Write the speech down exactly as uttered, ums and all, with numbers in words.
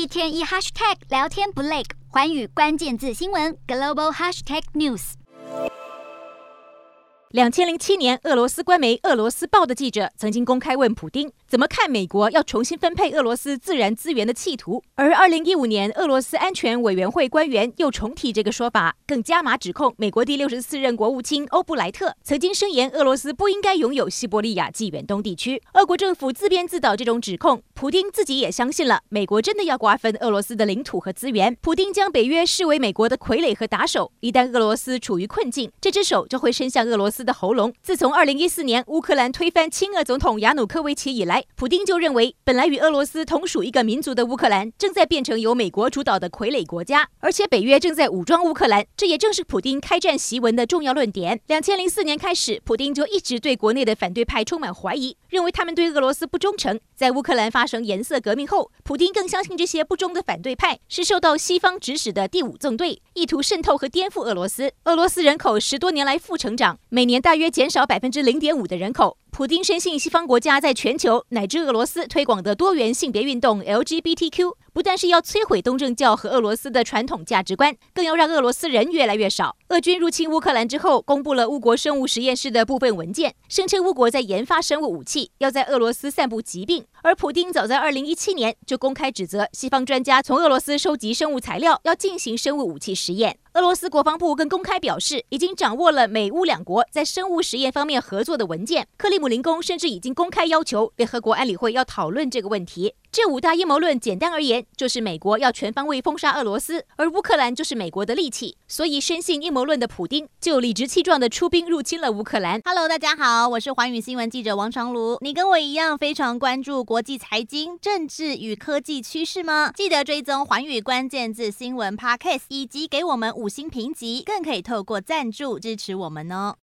天一 hashtag 聊天不累，寰宇关键字新闻 global hashtag news。 两千零七年，俄罗斯官媒《俄罗斯报》的记者曾经公开问普丁怎么看美国要重新分配俄罗斯自然资源的企图。而二零一五年，俄罗斯安全委员会官员又重提这个说法，更加码指控美国第六十四任国务卿欧布莱特曾经声言俄罗斯不应该拥有西伯利亚及远东地区。俄国政府自编自导这种指控，普丁自己也相信了，美国真的要瓜分俄罗斯的领土和资源。普丁将北约视为美国的傀儡和打手，一旦俄罗斯处于困境，这只手就会伸向俄罗斯的喉咙。自从二零一四年乌克兰推翻亲俄总统亚努科维奇以来，普丁就认为，本来与俄罗斯同属一个民族的乌克兰，正在变成由美国主导的傀儡国家，而且北约正在武装乌克兰，这也正是普丁开战檄文的重要论点。两千零四年开始，普丁就一直对国内的反对派充满怀疑，认为他们对俄罗斯不忠诚。在乌克兰发生颜色革命后，普丁更相信这些不忠的反对派是受到西方指使的第五纵队，意图渗透和颠覆俄罗斯。俄罗斯人口十多年来负成长，每年大约减少百分之零点五的人口。普丁深信西方国家在全球乃至俄罗斯推广的多元性别运动 L G B T Q， 不但是要摧毁东正教和俄罗斯的传统价值观，更要让俄罗斯人越来越少。俄军入侵乌克兰之后，公布了乌国生物实验室的部分文件，声称乌国在研发生物武器，要在俄罗斯散布疾病。而普丁早在二零一七年就公开指责西方专家从俄罗斯收集生物材料，要进行生物武器实验。俄罗斯国防部更公开表示，已经掌握了美乌两国在生物实验方面合作的文件。克里姆林宫甚至已经公开要求联合国安理会要讨论这个问题。这五大阴谋论简单而言，就是美国要全方位封杀俄罗斯，而乌克兰就是美国的利器。所以深信阴谋论的普丁就理直气壮地出兵入侵了乌克兰。 Hello， 大家好，我是寰宇新闻记者王长茹。你跟我一样非常关注国际财经、政治与科技趋势吗？记得追踪寰宇关键字新闻 Podcast， 以及给我们五星评级，更可以透过赞助支持我们哦。